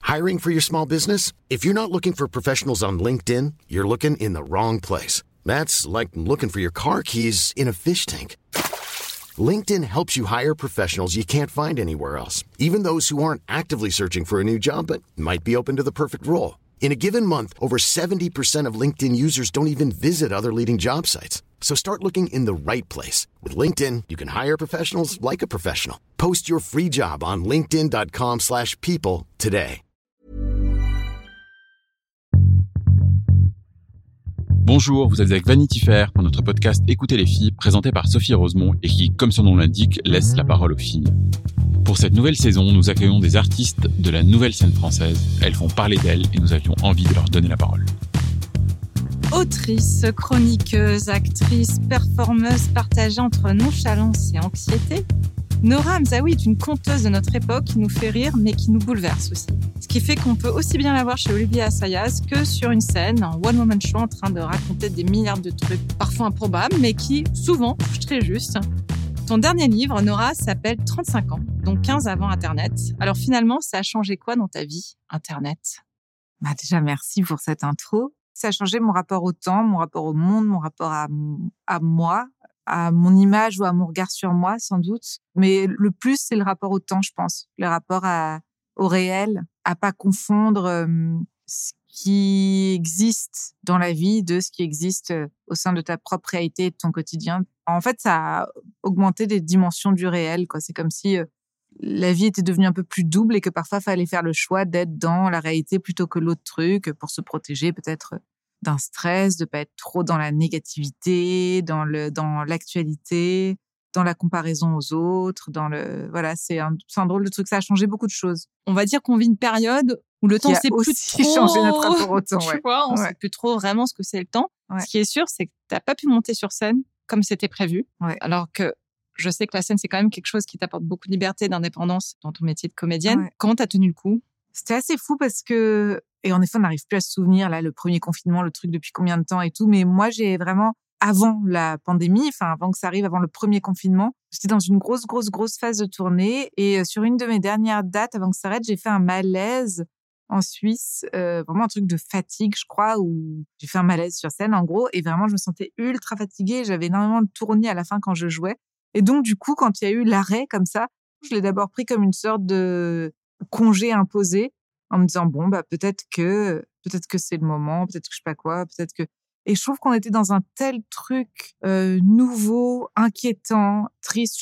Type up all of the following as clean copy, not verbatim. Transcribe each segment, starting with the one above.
Hiring for your small business? If you're not looking for professionals on LinkedIn, you're looking in the wrong place. That's like looking for your car keys in a fish tank. LinkedIn helps you hire professionals you can't find anywhere else, even those who aren't actively searching for a new job but might be open to the perfect role. In a given month, over 70% of LinkedIn users don't even visit other leading job sites. So start looking in the right place. With LinkedIn, you can hire professionals like a professional. Post your free job on linkedin.com/people today. Bonjour, vous êtes avec Vanity Fair pour notre podcast Écoutez les filles, présenté par Sophie Rosemont et qui, comme son nom l'indique, laisse la parole aux filles. Pour cette nouvelle saison, nous accueillons des artistes de la nouvelle scène française. Elles font parler d'elles et nous avions envie de leur donner la parole. Autrice, chroniqueuse, actrice, performeuse partagée entre nonchalance et anxiété, Nora Hamzaoui est une conteuse de notre époque qui nous fait rire mais qui nous bouleverse aussi. Ce qui fait qu'on peut aussi bien la voir chez Olivier Assayas que sur une scène, en one-woman show en train de raconter des milliards de trucs parfois improbables mais qui, souvent, touchent très juste. Ton dernier livre, Nora, s'appelle 35 ans, donc 15 avant Internet. Alors finalement, ça a changé quoi dans ta vie, Internet ? Déjà, merci pour cette intro. Ça a changé mon rapport au temps, mon rapport au monde, mon rapport à moi, à mon image ou à mon regard sur moi, sans doute. Mais le plus, c'est le rapport au temps, je pense. Le rapport au réel, à pas confondre ce qui existe dans la vie de ce qui existe au sein de ta propre réalité et de ton quotidien. En fait, ça a augmenté les dimensions du réel, quoi. C'est comme si la vie était devenue un peu plus double et que parfois, il fallait faire le choix d'être dans la réalité plutôt que l'autre truc pour se protéger peut-être d'un stress, de pas être trop dans la négativité, dans l'actualité, dans la comparaison aux autres, voilà, c'est un drôle de truc. Ça a changé beaucoup de choses. On va dire qu'on vit une période où le temps c'est plus trop changé notre rapport au temps. Tu vois, on sait plus trop vraiment ce que c'est le temps. Ouais. Ce qui est sûr, c'est que t'as pas pu monter sur scène comme c'était prévu. Ouais. Alors que je sais que la scène, c'est quand même quelque chose qui t'apporte beaucoup de liberté, d'indépendance dans ton métier de comédienne. Ouais. Comment t'as tenu le coup ? C'était assez fou parce que, et en effet, on n'arrive plus à se souvenir, là, le premier confinement, le truc depuis combien de temps et tout. Mais moi, j'ai vraiment, avant la pandémie, avant que ça arrive, avant le premier confinement, j'étais dans une grosse phase de tournée. Et sur une de mes dernières dates, avant que ça s'arrête, j'ai fait un malaise en Suisse, vraiment un truc de fatigue, je crois, où j'ai fait un malaise sur scène, en gros. Et vraiment, je me sentais ultra fatiguée. J'avais énormément de tournis à la fin quand je jouais. Et donc, du coup, quand il y a eu l'arrêt comme ça, je l'ai d'abord pris comme une sorte de congé imposé en me disant, peut-être que c'est le moment, peut-être que je sais pas quoi, peut-être que... Et je trouve qu'on était dans un tel truc nouveau, inquiétant, triste.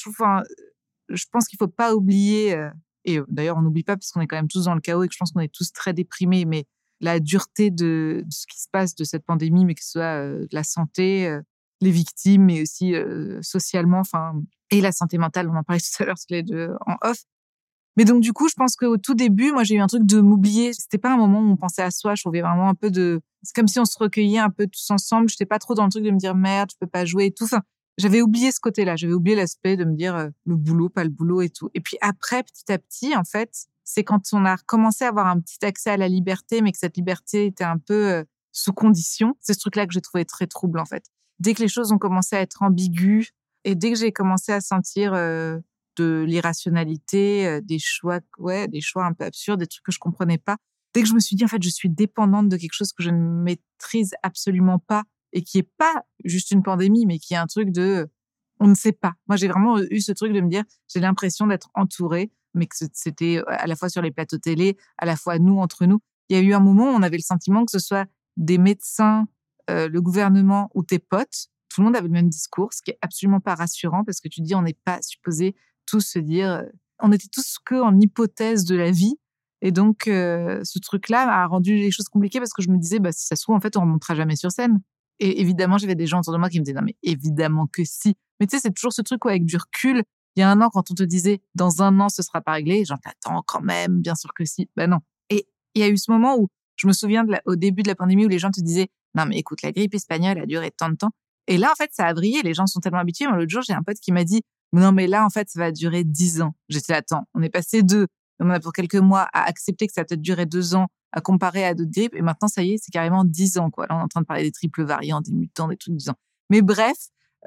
Je pense qu'il faut pas oublier, et d'ailleurs, on n'oublie pas parce qu'on est quand même tous dans le chaos et que je pense qu'on est tous très déprimés, mais la dureté de ce qui se passe de cette pandémie, mais que ce soit de la santé, les victimes, mais aussi socialement, et la santé mentale, on en parlait tout à l'heure, tous les deux en off. Mais donc, du coup, je pense qu'au tout début, moi, j'ai eu un truc de m'oublier. C'était pas un moment où on pensait à soi. Je trouvais vraiment un peu c'est comme si on se recueillait un peu tous ensemble. J'étais pas trop dans le truc de me dire merde, je peux pas jouer et tout. J'avais oublié ce côté-là. J'avais oublié l'aspect de me dire le boulot, pas le boulot et tout. Et puis après, petit à petit, en fait, c'est quand on a commencé à avoir un petit accès à la liberté, mais que cette liberté était un peu sous condition. C'est ce truc-là que j'ai trouvé très trouble, en fait. Dès que les choses ont commencé à être ambiguës et dès que j'ai commencé à sentir de l'irrationalité, des choix un peu absurdes, des trucs que je comprenais pas. Dès que je me suis dit, en fait, je suis dépendante de quelque chose que je ne maîtrise absolument pas et qui est pas juste une pandémie, mais qui est un truc on ne sait pas. Moi, j'ai vraiment eu ce truc de me dire, j'ai l'impression d'être entourée, mais que c'était à la fois sur les plateaux télé, à la fois nous, entre nous. Il y a eu un moment où on avait le sentiment que ce soit des médecins, le gouvernement ou tes potes, tout le monde avait le même discours, ce qui est absolument pas rassurant parce que tu te dis, on n'est pas supposé tous se dire, on était tous que en hypothèse de la vie. Et donc, ce truc-là a rendu les choses compliquées parce que je me disais, si ça se trouve, en fait, on remontera jamais sur scène. Et évidemment, j'avais des gens autour de moi qui me disaient, non, mais évidemment que si. Mais tu sais, c'est toujours ce truc, avec du recul. Il y a un an, quand on te disait, dans un an, ce sera pas réglé, genre, t'attends quand même, bien sûr que si. Non. Et il y a eu ce moment où, je me souviens au début de la pandémie où les gens te disaient, non, mais écoute, la grippe espagnole a duré tant de temps. Et là, en fait, ça a vrillé. Les gens sont tellement habitués. Moi, l'autre jour, j'ai un pote qui m'a dit, non, mais là, en fait, ça va durer 10 ans. J'étais là, attends, on est passé on a pour quelques mois à accepter que ça va peut-être durer 2 ans à comparer à d'autres grippes. Et maintenant, ça y est, c'est carrément 10 ans, quoi. Là, on est en train de parler des triples variants, des mutants, des trucs 10 ans. Mais bref,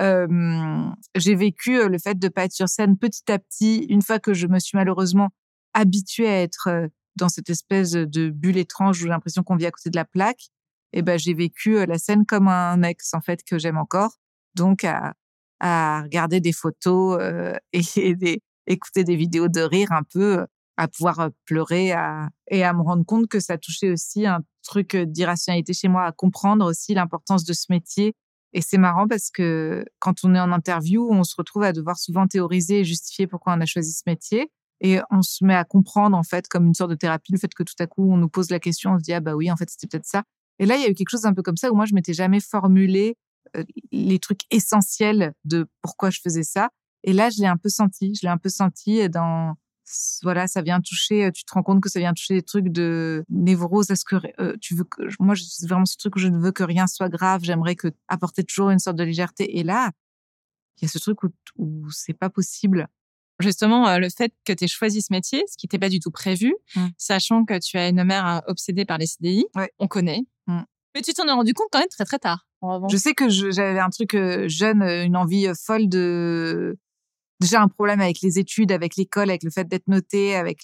j'ai vécu le fait de pas être sur scène petit à petit. Une fois que je me suis malheureusement habituée à être dans cette espèce de bulle étrange où j'ai l'impression qu'on vit à côté de la plaque, et ben j'ai vécu la scène comme un ex en fait que j'aime encore, donc à regarder des photos et écouter des vidéos de rire un peu, à pouvoir pleurer et à me rendre compte que ça touchait aussi un truc d'irrationalité chez moi, à comprendre aussi l'importance de ce métier. Et c'est marrant parce que quand on est en interview, on se retrouve à devoir souvent théoriser et justifier pourquoi on a choisi ce métier. Et on se met à comprendre, en fait, comme une sorte de thérapie, le fait que tout à coup, on nous pose la question, on se dit, ah bah oui, en fait, c'était peut-être ça. Et là, il y a eu quelque chose d'un peu comme ça où moi, je m'étais jamais formulé les trucs essentiels de pourquoi je faisais ça. Et là, je l'ai un peu senti. Je l'ai un peu senti dans... Voilà, ça vient toucher, tu te rends compte que ça vient toucher des trucs de névrose. Est-ce que tu veux que... Moi, c'est vraiment ce truc où je ne veux que rien soit grave. J'aimerais apporter toujours une sorte de légèreté. Et là, il y a ce truc où c'est pas possible. Justement, le fait que tu aies choisi ce métier, ce qui n'était pas du tout prévu, sachant que tu as une mère obsédée par les CDI, on connaît. Mais tu t'en es rendu compte quand même très, très tard. Je sais que j'avais un truc jeune, une envie folle de... Déjà un problème avec les études, avec l'école, avec le fait d'être notée, avec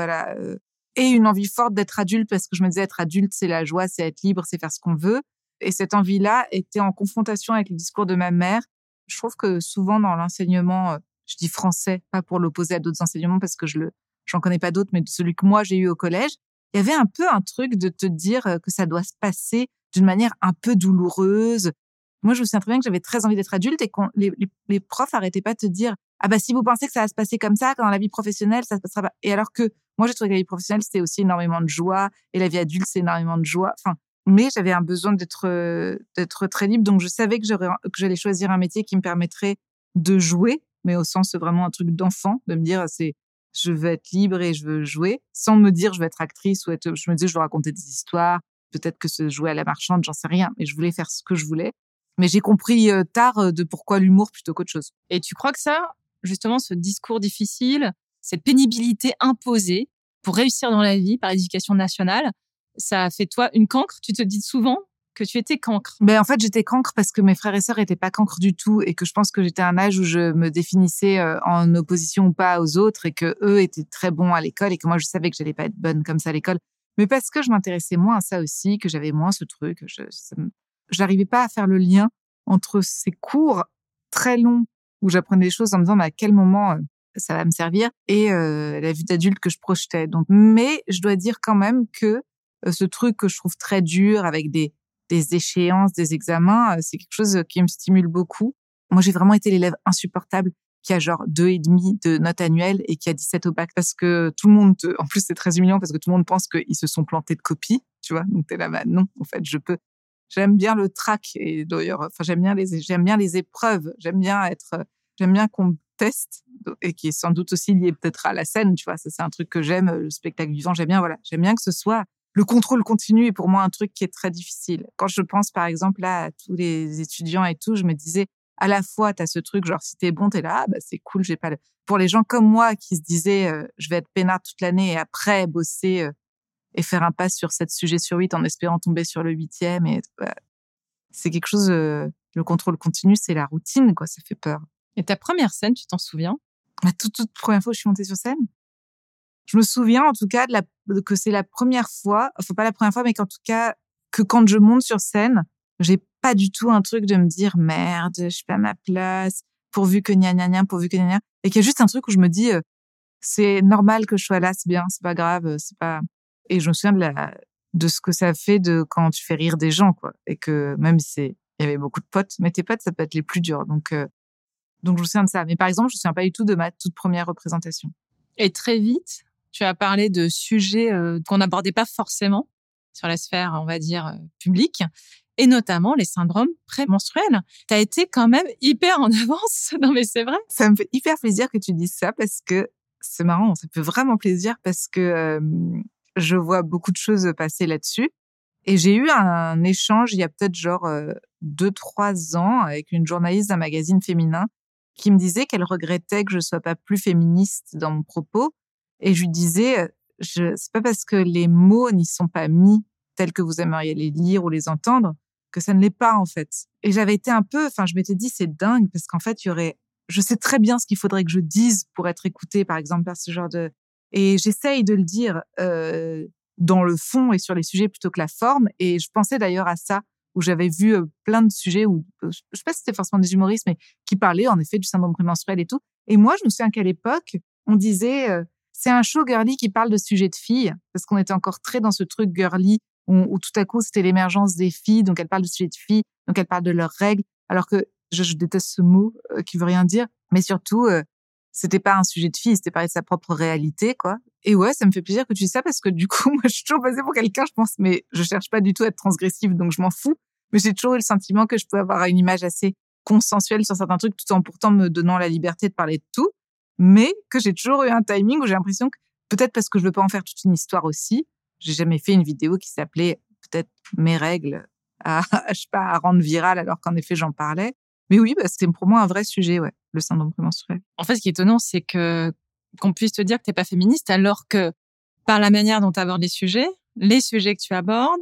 et une envie forte d'être adulte parce que je me disais être adulte, c'est la joie, c'est être libre, c'est faire ce qu'on veut. Et cette envie-là était en confrontation avec le discours de ma mère. Je trouve que souvent dans l'enseignement, je dis français, pas pour l'opposer à d'autres enseignements parce que j'en connais pas d'autres, mais celui que moi j'ai eu au collège, il y avait un peu un truc de te dire que ça doit se passer d'une manière un peu douloureuse. Moi, je me souviens très bien que j'avais très envie d'être adulte et les profs arrêtaient pas de te dire ah bah si vous pensez que ça va se passer comme ça, dans la vie professionnelle, ça se passera pas. Et alors que moi, j'ai trouvé que la vie professionnelle, c'était aussi énormément de joie et la vie adulte, c'est énormément de joie. Enfin, mais j'avais un besoin d'être très libre, donc je savais que j'allais choisir un métier qui me permettrait de jouer, mais au sens vraiment un truc d'enfant, de me dire je veux être libre et je veux jouer, sans me dire je veux être actrice je me disais je veux raconter des histoires, peut-être que se jouer à la marchande, j'en sais rien, mais je voulais faire ce que je voulais. Mais j'ai compris tard de pourquoi l'humour plutôt qu'autre chose. Et tu crois que ça, justement, ce discours difficile, cette pénibilité imposée pour réussir dans la vie par l'éducation nationale, ça a fait toi une cancre? Tu te dis souvent que tu étais cancre. Ben en fait, j'étais cancre parce que mes frères et sœurs étaient pas cancres du tout et que je pense que j'étais à un âge où je me définissais en opposition ou pas aux autres et que eux étaient très bons à l'école et que moi je savais que j'allais pas être bonne comme ça à l'école. Mais parce que je m'intéressais moins à ça aussi, que j'avais moins ce truc, j'arrivais pas à faire le lien entre ces cours très longs où j'apprenais des choses en me disant mais à quel moment ça va me servir et la vie d'adulte que je projetais. Donc, mais je dois dire quand même que ce truc que je trouve très dur avec des échéances, des examens, c'est quelque chose qui me stimule beaucoup. Moi, j'ai vraiment été l'élève insupportable qui a genre 2,5 de notes annuelles et qui a 17 au bac parce que tout le monde, en plus c'est très humiliant parce que tout le monde pense qu'ils se sont plantés de copie, tu vois. Donc t'es là, bah non, en fait, j'aime bien le trac et d'ailleurs, enfin j'aime bien les épreuves, j'aime bien qu'on me teste et qui est sans doute aussi lié peut-être à la scène, tu vois. Ça c'est un truc que j'aime, le spectacle vivant, j'aime bien que ce soit le contrôle continu est pour moi un truc qui est très difficile. Quand je pense par exemple là à tous les étudiants et tout, je me disais à la fois t'as ce truc genre si t'es bon t'es là, ah, bah c'est cool, j'ai pas le... Pour les gens comme moi qui se disaient je vais être peinard toute l'année et après bosser et faire un pas sur 7 sujets sur 8 en espérant tomber sur le 8e et c'est quelque chose le contrôle continu, c'est la routine quoi, ça fait peur. Et ta première scène, tu t'en souviens? Ma toute première fois où je suis montée sur scène, je me souviens en tout cas que c'est la première fois, enfin pas la première fois mais qu'en tout cas que quand je monte sur scène, j'ai pas du tout un truc de me dire merde, je suis pas à ma place, pourvu que gna gna gna, pourvu que gna gna, et qu'il y a juste un truc où je me dis c'est normal que je sois là, c'est bien, c'est pas grave, c'est pas... Et je me souviens de ce que ça fait de quand tu fais rire des gens quoi, et que même si il y avait beaucoup de potes, mais tes potes ça peut être les plus durs, donc je me souviens de ça. Mais par exemple, je me souviens pas du tout de ma toute première représentation. Et très vite, tu as parlé de sujets qu'on n'abordait pas forcément sur la sphère, on va dire, publique, et notamment les syndromes prémenstruels. Tu as été quand même hyper en avance. Non, mais c'est vrai. Ça me fait hyper plaisir que tu dises ça parce que c'est marrant, ça fait vraiment plaisir parce que je vois beaucoup de choses passer là-dessus. Et j'ai eu un échange il y a peut-être genre 2-3 ans avec une journaliste d'un magazine féminin qui me disait qu'elle regrettait que je sois pas plus féministe dans mon propos. Et je lui disais, c'est pas parce que les mots n'y sont pas mis tels que vous aimeriez les lire ou les entendre que ça ne l'est pas, en fait. Et j'avais été je m'étais dit, c'est dingue, parce qu'en fait, je sais très bien ce qu'il faudrait que je dise pour être écoutée, par exemple, par ce genre de... Et j'essaye de le dire dans le fond et sur les sujets plutôt que la forme. Et je pensais d'ailleurs à ça, où j'avais vu plein de sujets où, je sais pas si c'était forcément des humoristes, mais qui parlaient en effet du syndrome prémenstruel et tout. Et moi, je me souviens qu'à l'époque, on disait c'est un show girly qui parle de sujets de filles, parce qu'on était encore très dans ce truc girly où tout à coup c'était l'émergence des filles, donc elles parlent de sujets de filles, donc elles parlent de leurs règles, alors que je déteste ce mot qui veut rien dire, mais surtout c'était pas un sujet de fille, c'était parler de sa propre réalité, quoi. Et ouais, ça me fait plaisir que tu dis ça parce que du coup, moi, je suis toujours passée pour quelqu'un, je pense, mais je cherche pas du tout à être transgressive, donc je m'en fous. Mais j'ai toujours eu le sentiment que je pouvais avoir une image assez consensuelle sur certains trucs, tout en pourtant me donnant la liberté de parler de tout. Mais que j'ai toujours eu un timing où j'ai l'impression que, peut-être parce que je veux pas en faire toute une histoire aussi, j'ai jamais fait une vidéo qui s'appelait peut-être mes règles je sais pas, à rendre virale alors qu'en effet j'en parlais. Mais oui, c'était pour moi un vrai sujet, ouais, le syndrome prémenstruel. En fait, ce qui est étonnant, c'est qu'on puisse te dire que t'es pas féministe alors que par la manière dont tu abordes les sujets que tu abordes,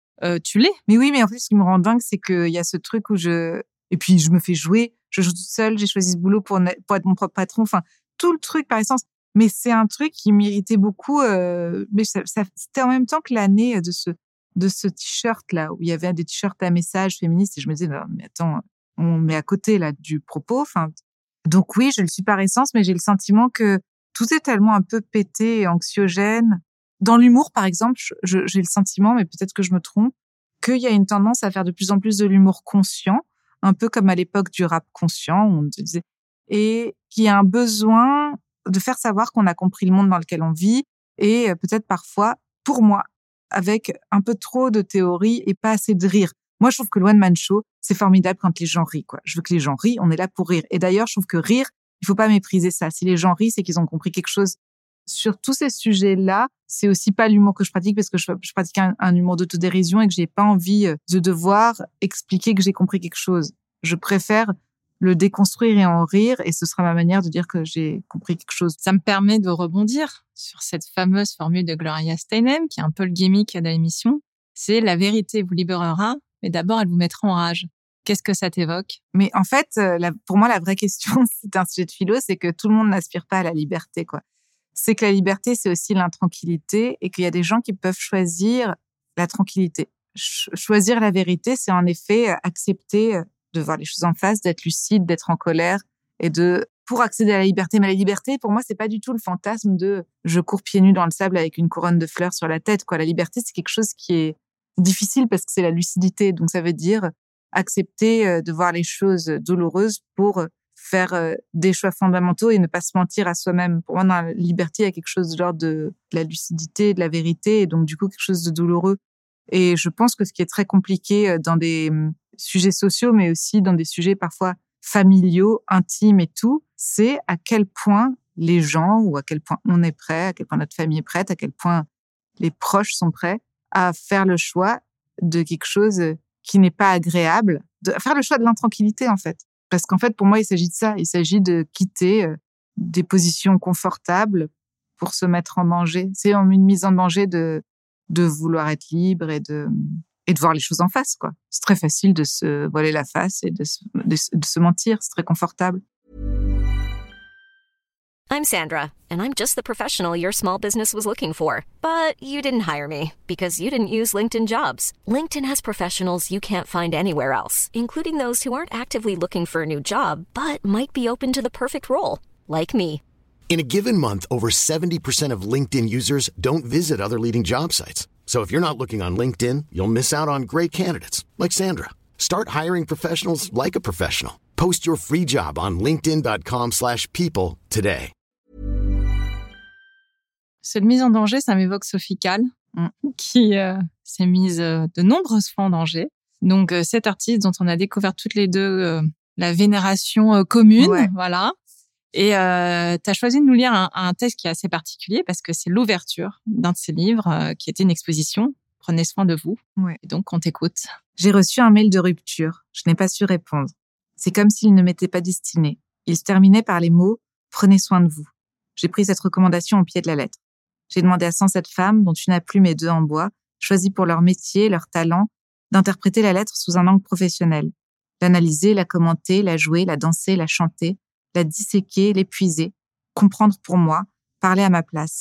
tu l'es. Mais oui, mais en fait, ce qui me rend dingue, c'est qu'il y a ce truc où et puis je me fais jouer, je joue toute seule, j'ai choisi ce boulot pour être mon propre patron, enfin, tout le truc par essence. Mais c'est un truc qui m'irritait beaucoup, mais c'était en même temps que l'année de ce t-shirt là, où il y avait des t-shirts à message féministe et je me disais, mais attends, on met à côté là du propos, enfin. Donc oui, je le suis par essence, mais j'ai le sentiment que tout est tellement un peu pété et anxiogène. Dans l'humour, par exemple, j'ai le sentiment, mais peut-être que je me trompe, qu'il y a une tendance à faire de plus en plus de l'humour conscient, un peu comme à l'époque du rap conscient, où on te disait, et qu'il y a un besoin de faire savoir qu'on a compris le monde dans lequel on vit, et peut-être parfois, pour moi, avec un peu trop de théorie et pas assez de rire. Moi, je trouve que le one man show, c'est formidable quand les gens rient, quoi. Je veux que les gens rient, on est là pour rire. Et d'ailleurs, je trouve que rire, il faut pas mépriser ça. Si les gens rient, c'est qu'ils ont compris quelque chose. Sur tous ces sujets-là, c'est aussi pas l'humour que je pratique parce que je pratique un humour d'autodérision et que j'ai pas envie de devoir expliquer que j'ai compris quelque chose. Je préfère le déconstruire et en rire, et ce sera ma manière de dire que j'ai compris quelque chose. Ça me permet de rebondir sur cette fameuse formule de Gloria Steinem, qui est un peu le gimmick de l'émission. C'est la vérité vous libérera, mais d'abord elle vous mettra en rage. Qu'est-ce que ça t'évoque? Mais en fait, pour moi, la vraie question, c'est un sujet de philo, c'est que tout le monde n'aspire pas à la liberté, quoi. C'est que la liberté, c'est aussi l'intranquillité, et qu'il y a des gens qui peuvent choisir la tranquillité. Choisir la vérité, c'est en effet accepter de voir les choses en face, d'être lucide, d'être en colère, et pour accéder à la liberté. Mais la liberté, pour moi, c'est pas du tout le fantasme de je cours pieds nus dans le sable avec une couronne de fleurs sur la tête, quoi. La liberté, c'est quelque chose qui est difficile parce que c'est la lucidité. Donc, ça veut dire accepter de voir les choses douloureuses pour faire des choix fondamentaux et ne pas se mentir à soi-même. Pour moi, dans la liberté, il y a quelque chose de l'ordre de la lucidité, de la vérité, et donc du coup quelque chose de douloureux. Et je pense que ce qui est très compliqué dans des sujets sociaux, mais aussi dans des sujets parfois familiaux, intimes et tout, c'est à quel point les gens, ou à quel point on est prêt, à quel point notre famille est prête, à quel point les proches sont prêts à faire le choix de quelque chose qui n'est pas agréable, de faire le choix de l'intranquillité, en fait. Parce qu'en fait, pour moi, il s'agit de ça. Il s'agit de quitter des positions confortables pour se mettre en danger. C'est une mise en danger de vouloir être libre et de voir les choses en face, quoi. C'est très facile de se voiler la face et de se mentir. C'est très confortable. I'm Sandra, and I'm just the professional your small business was looking for. But you didn't hire me because you didn't use LinkedIn Jobs. LinkedIn has professionals you can't find anywhere else, including those who aren't actively looking for a new job, but might be open to the perfect role, like me. In a given month, over 70% of LinkedIn users don't visit other leading job sites. So if you're not looking on LinkedIn, you'll miss out on great candidates like Sandra. Start hiring professionals like a professional. Post your free job on linkedin.com/people today. Cette mise en danger, ça m'évoque Sophie Calle, qui s'est mise de nombreuses fois en danger. Donc, cette artiste dont on a découvert toutes les deux la vénération commune, ouais. Voilà. Et tu as choisi de nous lire un texte qui est assez particulier parce que c'est l'ouverture d'un de ses livres qui était une exposition. Prenez soin de vous. Ouais. Et donc, on t'écoute. J'ai reçu un mail de rupture. Je n'ai pas su répondre. C'est comme s'il ne m'était pas destiné. Il se terminait par les mots « Prenez soin de vous ». J'ai pris cette recommandation au pied de la lettre. J'ai demandé à 107 femmes, dont une plume et 2 en bois, choisies pour leur métier, leur talent, d'interpréter la lettre sous un angle professionnel. L'analyser, la commenter, la jouer, la danser, la chanter, la disséquer, l'épuiser, comprendre pour moi, parler à ma place.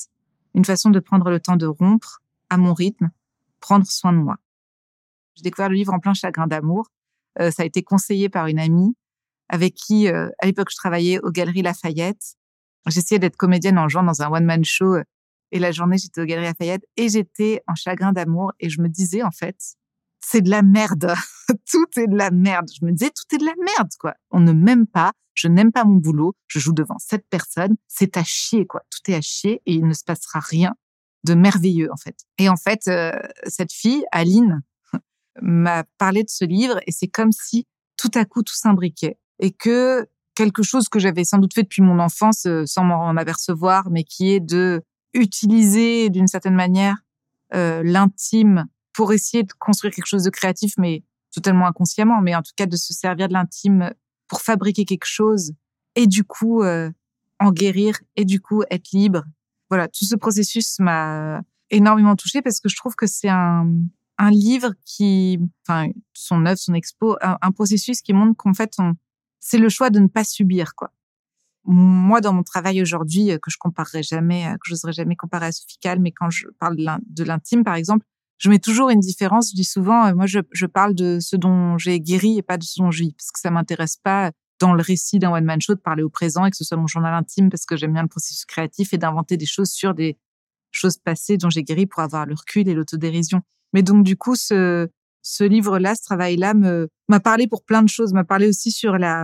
une façon de prendre le temps de rompre à mon rythme, prendre soin de moi. J'ai découvert le livre en plein chagrin d'amour. Ça a été conseillé par une amie avec qui, à l'époque, je travaillais aux Galeries Lafayette. J'essayais d'être comédienne en jouant dans un one-man show. Et la journée, j'étais aux Galeries Lafayette et j'étais en chagrin d'amour. Et je me disais, en fait, c'est de la merde. Tout est de la merde. Je me disais, tout est de la merde, quoi. On ne m'aime pas. Je n'aime pas mon boulot. Je joue devant 7 personnes. C'est à chier, quoi. Tout est à chier et il ne se passera rien de merveilleux, en fait. Et en fait, cette fille, Aline, m'a parlé de ce livre et c'est comme si tout à coup tout s'imbriquait et que quelque chose que j'avais sans doute fait depuis mon enfance sans m'en apercevoir, mais qui est de utiliser d'une certaine manière l'intime pour essayer de construire quelque chose de créatif, mais totalement inconsciemment, mais en tout cas de se servir de l'intime pour fabriquer quelque chose et du coup en guérir et du coup être libre. Voilà, tout ce processus m'a énormément touchée parce que je trouve que c'est un livre qui, enfin, son œuvre, son expo, un processus qui montre qu'en fait, c'est le choix de ne pas subir, quoi. Moi, dans mon travail aujourd'hui, que je comparerai jamais, que j'oserais jamais comparer à Sophie Calle, mais quand je parle de l'intime, par exemple, je mets toujours une différence. Je dis souvent, moi, je parle de ce dont j'ai guéri et pas de ce dont je vis, parce que ça m'intéresse pas dans le récit d'un one-man show de parler au présent et que ce soit mon journal intime, parce que j'aime bien le processus créatif et d'inventer des choses sur des choses passées dont j'ai guéri pour avoir le recul et l'autodérision. Mais donc, du coup, ce livre-là, ce travail-là m'a parlé pour plein de choses. M'a parlé aussi sur la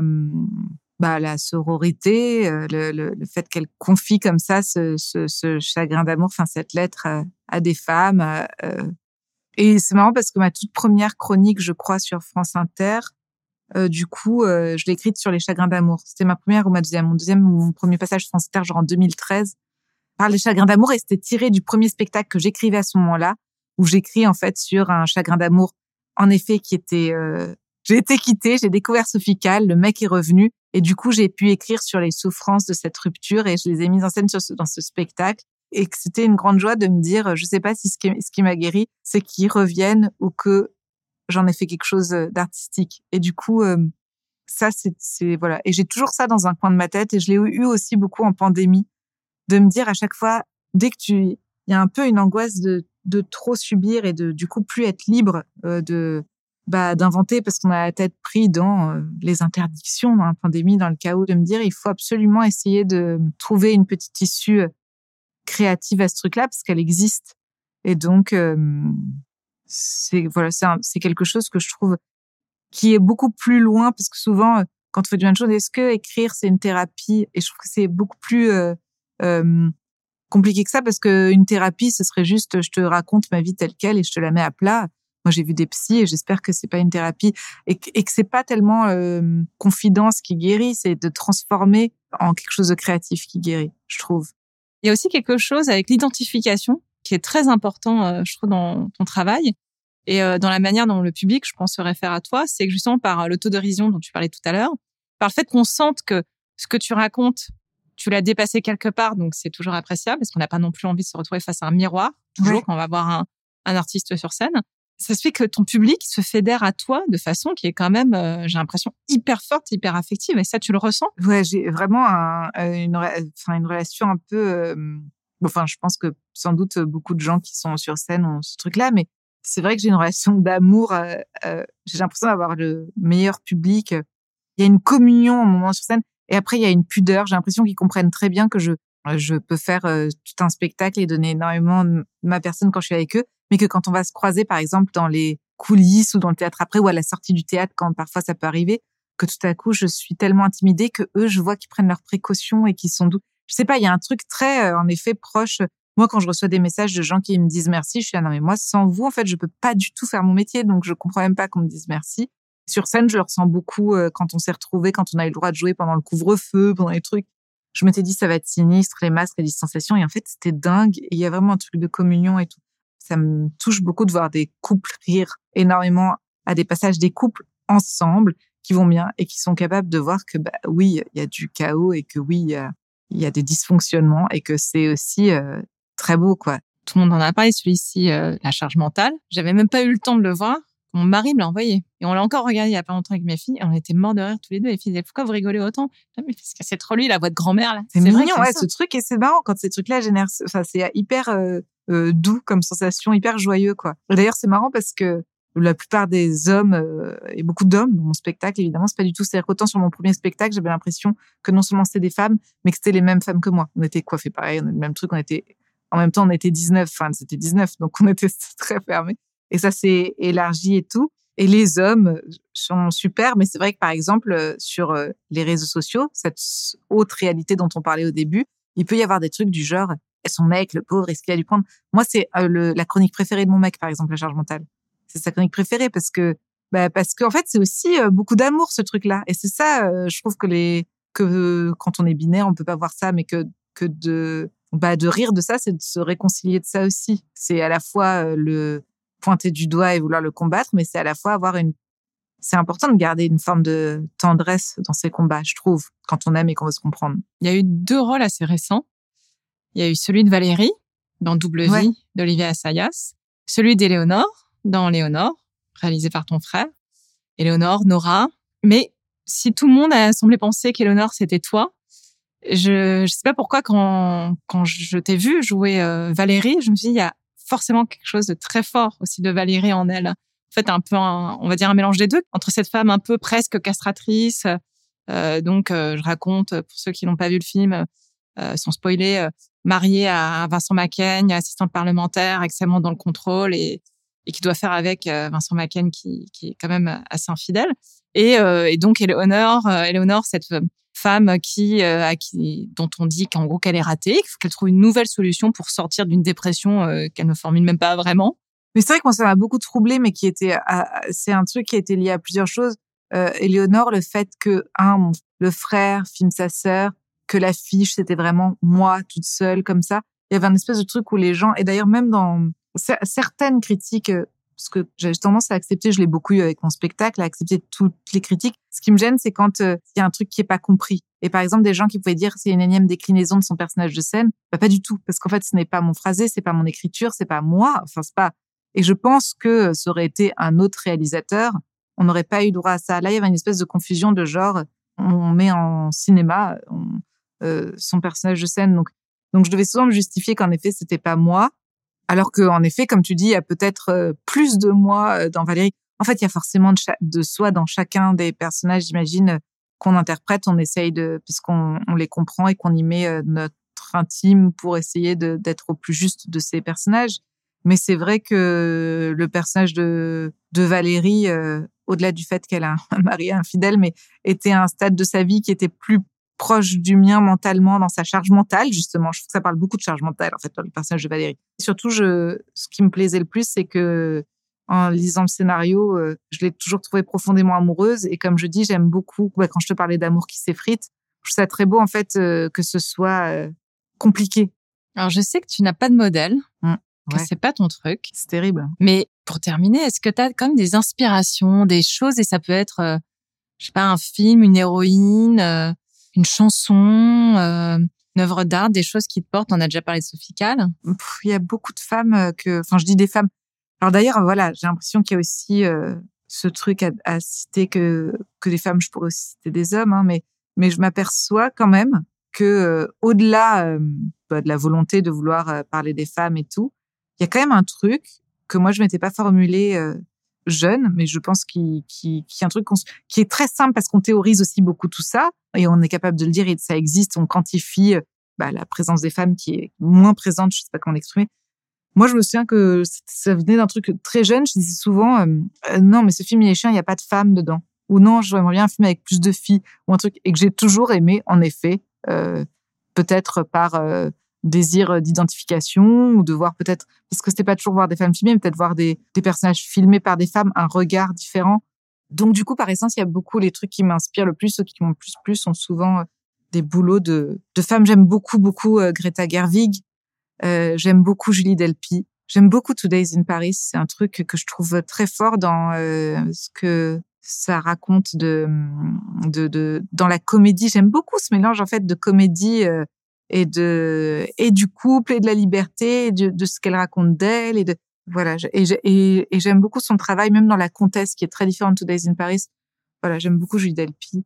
sororité, le fait qu'elle confie comme ça ce chagrin d'amour, enfin, cette lettre à des femmes. Et c'est marrant parce que ma toute première chronique, je crois, sur France Inter, je l'ai écrite sur les chagrins d'amour. C'était ma première ou ma deuxième. Mon premier passage sur France Inter, genre en 2013, par les chagrins d'amour, et c'était tiré du premier spectacle que j'écrivais à ce moment-là, où j'écris en fait sur un chagrin d'amour, en effet, qui était... J'ai été quittée, j'ai découvert Sophie Calle, le mec est revenu, et du coup, j'ai pu écrire sur les souffrances de cette rupture, et je les ai mises en scène dans ce spectacle, et que c'était une grande joie de me dire, je sais pas si ce qui m'a guéri, c'est qu'ils reviennent ou que j'en ai fait quelque chose d'artistique. Et du coup, ça, c'est voilà. Et j'ai toujours ça dans un coin de ma tête, et je l'ai eu aussi beaucoup en pandémie, de me dire à chaque fois, dès que il y a un peu une angoisse de trop subir et de, du coup, plus être libre d'inventer parce qu'on a la tête pris dans les interdictions, dans la pandémie, dans le chaos, de me dire, il faut absolument essayer de trouver une petite issue créative à ce truc-là parce qu'elle existe. Et donc, c'est quelque chose que je trouve qui est beaucoup plus loin parce que souvent, quand on fait du one-shot, est-ce que écrire, c'est une thérapie? Et je trouve que c'est beaucoup plus compliqué que ça parce que une thérapie, ce serait juste, je te raconte ma vie telle quelle et je te la mets à plat. Moi, j'ai vu des psys et j'espère que c'est pas une thérapie et que c'est pas tellement confidence qui guérit, c'est de transformer en quelque chose de créatif qui guérit, je trouve. Il y a aussi quelque chose avec l'identification qui est très important, je trouve, dans ton travail et dans la manière dont le public, je pense, se réfère à toi. C'est que justement par l'autodérision dont tu parlais tout à l'heure, par le fait qu'on sente que ce que tu racontes, tu l'as dépassé quelque part, donc c'est toujours appréciable parce qu'on n'a pas non plus envie de se retrouver face à un miroir, toujours quand on va voir un artiste sur scène. Ça se fait que ton public se fédère à toi de façon qui est quand même, j'ai l'impression, hyper forte, hyper affective. Et ça, tu le ressens? Ouais, j'ai vraiment une relation un peu... je pense que sans doute beaucoup de gens qui sont sur scène ont ce truc-là, mais c'est vrai que j'ai une relation d'amour. J'ai l'impression d'avoir le meilleur public. Il y a une communion au moment sur scène. Et après, il y a une pudeur. J'ai l'impression qu'ils comprennent très bien que je peux faire tout un spectacle et donner énormément de ma personne quand je suis avec eux. Mais que quand on va se croiser, par exemple, dans les coulisses ou dans le théâtre après ou à la sortie du théâtre, quand parfois ça peut arriver, que tout à coup, je suis tellement intimidée que eux, je vois qu'ils prennent leurs précautions et qu'ils sont doux. Je sais pas, il y a un truc très, en effet, proche. Moi, quand je reçois des messages de gens qui me disent merci, je suis non, mais moi, sans vous, en fait, je peux pas du tout faire mon métier, donc je comprends même pas qu'on me dise merci. Sur scène, je le ressens beaucoup quand on s'est retrouvés, quand on a eu le droit de jouer pendant le couvre-feu, pendant les trucs. Je m'étais dit, ça va être sinistre, les masques, la distanciation, et en fait, c'était dingue. Et il y a vraiment un truc de communion et tout. Ça me touche beaucoup de voir des couples rire énormément à des passages des couples ensemble qui vont bien et qui sont capables de voir que, oui, il y a du chaos et que oui, il y a des dysfonctionnements et que c'est aussi très beau, quoi. Tout le monde en a parlé, celui-ci, la charge mentale. J'avais même pas eu le temps de le voir Mon mari me l'a envoyé. Et on l'a encore regardé il y a pas longtemps avec mes filles. Et on était morts de rire tous les deux. Les filles disaient, pourquoi vous rigolez autant? Mais parce que c'est trop lui, la voix de grand-mère, là. C'est vrai mignon, que ouais, ça. ce truc. Et c'est marrant quand ces trucs-là génèrent, enfin, c'est hyper doux comme sensation, hyper joyeux, quoi. Et d'ailleurs, c'est marrant parce que la plupart des hommes, et beaucoup d'hommes dans mon spectacle, évidemment, c'est pas du tout. C'est-à-dire qu'autant sur mon premier spectacle, j'avais l'impression que non seulement c'était des femmes, mais que c'était les mêmes femmes que moi. On était coiffés pareil, on avait le même truc, en même temps, on était 19, enfin, c'était 19, donc on était très fermés. Et ça s'est élargi et tout. Et les hommes sont super, mais c'est vrai que par exemple, sur les réseaux sociaux, cette haute réalité dont on parlait au début, il peut y avoir des trucs du genre, son mec, le pauvre, est-ce qu'il a dû prendre? Moi, c'est la chronique préférée de mon mec, par exemple, la charge mentale. C'est sa chronique préférée parce qu'en fait, c'est aussi beaucoup d'amour, ce truc-là. Et c'est ça, je trouve que quand on est binaire, on peut pas voir ça, mais que de rire de ça, c'est de se réconcilier de ça aussi. C'est à la fois le pointer du doigt et vouloir le combattre, mais c'est à la fois c'est important de garder une forme de tendresse dans ces combats, je trouve, quand on aime et qu'on veut se comprendre. Il y a eu 2 rôles assez récents. Il y a eu celui de Valérie, dans Double Vie, d'Olivier Assayas. Celui d'Éléonore, dans Léonore, réalisé par ton frère. Éléonore, Nora. Mais si tout le monde a semblé penser qu'Éléonore, c'était toi, je sais pas pourquoi, quand je t'ai vu jouer Valérie, je me suis dit, il y a forcément quelque chose de très fort aussi de Valérie en elle. En fait, un peu, on va dire, un mélange des deux, entre cette femme un peu presque castratrice. Je raconte, pour ceux qui n'ont pas vu le film, sans spoiler, mariée à Vincent Macaigne, assistante parlementaire, extrêmement dans le contrôle et qui doit faire avec Vincent Macaigne qui est quand même assez infidèle. Et donc, Éléonore, cette femme dont on dit qu'en gros qu'elle est ratée, qu'il faut qu'elle trouve une nouvelle solution pour sortir d'une dépression qu'elle ne formule même pas vraiment. Mais c'est vrai que moi, ça m'a beaucoup troublée, mais c'est un truc qui a été lié à plusieurs choses. Éléonore, le fait que, le frère filme sa sœur, que l'affiche, c'était vraiment moi, toute seule, comme ça. Il y avait un espèce de truc où les gens, et d'ailleurs même dans certaines critiques, parce que j'avais tendance à accepter, je l'ai beaucoup eu avec mon spectacle, à accepter toutes les critiques. Ce qui me gêne, c'est quand il y a un truc qui est pas compris. Et par exemple, des gens qui pouvaient dire c'est une énième déclinaison de son personnage de scène, pas du tout, parce qu'en fait, ce n'est pas mon phrasé, c'est pas mon écriture, c'est pas moi, enfin c'est pas. Et je pense que ça aurait été un autre réalisateur, on n'aurait pas eu droit à ça. Là, il y avait une espèce de confusion de genre, on met en cinéma son personnage de scène, donc je devais souvent me justifier qu'en effet, c'était pas moi. Alors que, en effet, comme tu dis, il y a peut-être plus de moi dans Valérie. En fait, il y a forcément de soi dans chacun des personnages, j'imagine, qu'on interprète. On essaye puisqu'on les comprend et qu'on y met notre intime pour essayer d'être au plus juste de ces personnages. Mais c'est vrai que le personnage de Valérie, au-delà du fait qu'elle a un mari infidèle, mais était à un stade de sa vie qui était plus proche du mien mentalement, dans sa charge mentale, justement. Je trouve que ça parle beaucoup de charge mentale, en fait, dans le personnage de Valérie. Et surtout, ce qui me plaisait le plus, c'est que, en lisant le scénario, je l'ai toujours trouvée profondément amoureuse. Et comme je dis, j'aime beaucoup, quand je te parlais d'amour qui s'effrite, je trouve ça très beau, en fait, que ce soit compliqué. Alors, je sais que tu n'as pas de modèle, que c'est pas ton truc. C'est terrible. Mais pour terminer, est-ce que tu as quand même des inspirations, des choses, et ça peut être, je sais pas, un film, une héroïne, une chanson, une œuvre d'art, des choses qui te portent. On a déjà parlé de Sophie Calle. Il y a beaucoup de femmes je dis des femmes. Alors d'ailleurs, voilà, j'ai l'impression qu'il y a aussi ce truc à citer que des femmes, je pourrais aussi citer des hommes, mais je m'aperçois quand même que au-delà de la volonté de vouloir parler des femmes et tout, il y a quand même un truc que moi je m'étais pas formulé jeune, mais je pense qu'il y a un truc qui est très simple parce qu'on théorise aussi beaucoup tout ça et on est capable de le dire et ça existe, on quantifie la présence des femmes qui est moins présente, je sais pas comment l'exprimer. Moi, je me souviens que ça venait d'un truc très jeune, je disais souvent non, mais ce film il est chiant, il y a pas de femmes dedans. Ou non, j'aimerais bien un film avec plus de filles ou un truc et que j'ai toujours aimé en effet, peut-être par désir d'identification ou de voir peut-être, parce que c'était pas toujours voir des femmes filmées, mais peut-être voir des personnages filmés par des femmes, un regard différent. Donc du coup, par essence, il y a beaucoup les trucs qui m'inspirent le plus, ceux qui m'ont le plus plu sont souvent des boulots de femmes. J'aime beaucoup Greta Gerwig, j'aime beaucoup Julie Delpy, j'aime beaucoup Today's in Paris. C'est un truc que je trouve très fort dans ce que ça raconte dans la comédie. J'aime beaucoup ce mélange en fait de comédie et du couple et de la liberté et de ce qu'elle raconte d'elle Voilà, et j'aime beaucoup son travail, même dans La Comtesse, qui est très différente de 2 Days in Paris. Voilà, j'aime beaucoup Julie Delpy.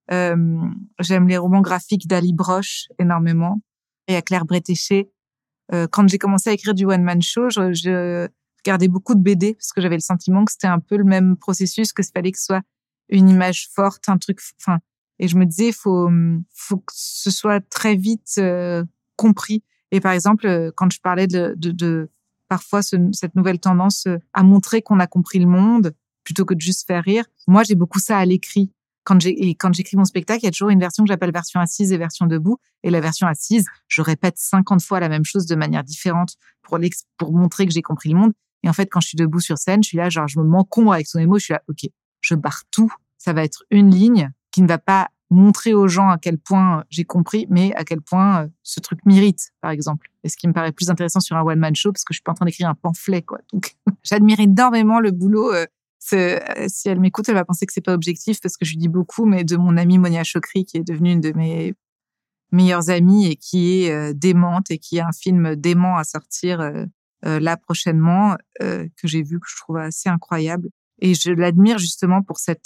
J'aime les romans graphiques d'Ali Broche énormément, et à Claire Bretéché. Quand j'ai commencé à écrire du one-man show, je regardais beaucoup de BD, parce que j'avais le sentiment que c'était un peu le même processus, que fallait que ce soit une image forte, un truc, enfin, et je me disais, faut que ce soit très vite compris. Et par exemple, quand je parlais de parfois cette nouvelle tendance à montrer qu'on a compris le monde plutôt que de juste faire rire, moi j'ai beaucoup ça à l'écrit. Quand j'écris mon spectacle, il y a toujours une version que j'appelle version assise et version debout. Et la version assise, je répète 50 fois la même chose de manière différente pour montrer que j'ai compris le monde. Et en fait, quand je suis debout sur scène, je suis là, genre, je me m'encombre avec tous mes mots. Je suis là, ok, je barre tout. Ça va être une ligne qui ne va pas montrer aux gens à quel point j'ai compris, mais à quel point ce truc m'irrite, par exemple. Et ce qui me paraît plus intéressant sur un one-man show, parce que je suis pas en train d'écrire un pamphlet, quoi. Donc, j'admire énormément le boulot. Si elle m'écoute, elle va penser que c'est pas objectif, parce que je lui dis beaucoup, mais de mon amie Monia Chokri, qui est devenue une de mes meilleures amies et qui est démente et qui a un film dément à sortir là prochainement, que j'ai vu, que je trouve assez incroyable. Et je l'admire justement pour sa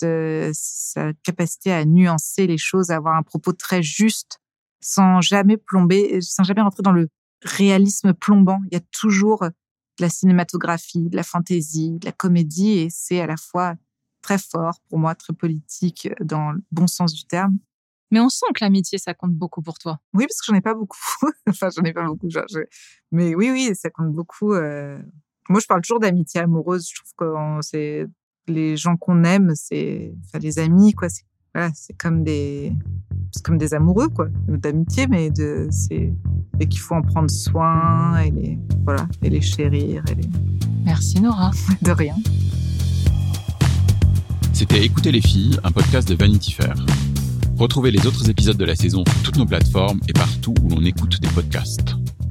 capacité à nuancer les choses, à avoir un propos très juste, sans jamais rentrer dans le réalisme plombant. Il y a toujours de la cinématographie, de la fantaisie, de la comédie, et c'est à la fois très fort, pour moi, très politique, dans le bon sens du terme. Mais on sent que l'amitié, ça compte beaucoup pour toi. Oui, parce que j'en ai pas beaucoup. Enfin, j'en ai pas beaucoup. Mais oui, ça compte beaucoup. Moi, je parle toujours d'amitié amoureuse. Je trouve que c'est les gens qu'on aime, les amis, quoi. C'est comme des amoureux, quoi, d'amitié, mais et qu'il faut en prendre soin et les chérir. Merci Nora. De rien. C'était Écoutez les filles, un podcast de Vanity Fair. Retrouvez les autres épisodes de la saison sur toutes nos plateformes et partout où l'on écoute des podcasts.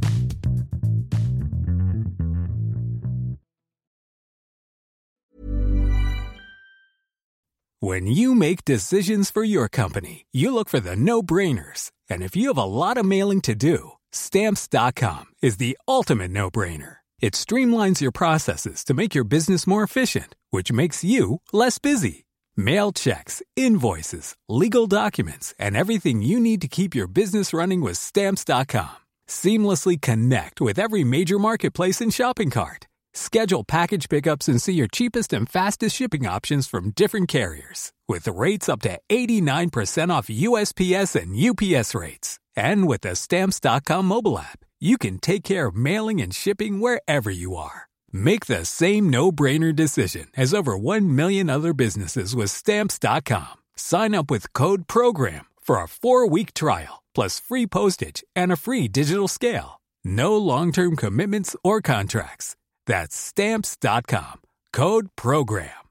When you make decisions for your company, you look for the no-brainers. And if you have a lot of mailing to do, Stamps.com is the ultimate no-brainer. It streamlines your processes to make your business more efficient, which makes you less busy. Mail checks, invoices, legal documents, and everything you need to keep your business running with Stamps.com. Seamlessly connect with every major marketplace and shopping cart. Schedule package pickups and see your cheapest and fastest shipping options from different carriers. With rates up to 89% off USPS and UPS rates. And with the Stamps.com mobile app, you can take care of mailing and shipping wherever you are. Make the same no-brainer decision as over 1 million other businesses with Stamps.com. Sign up with code PROGRAM for a 4-week trial, plus free postage and a free digital scale. No long-term commitments or contracts. That's Stamps.com. Code PROGRAM.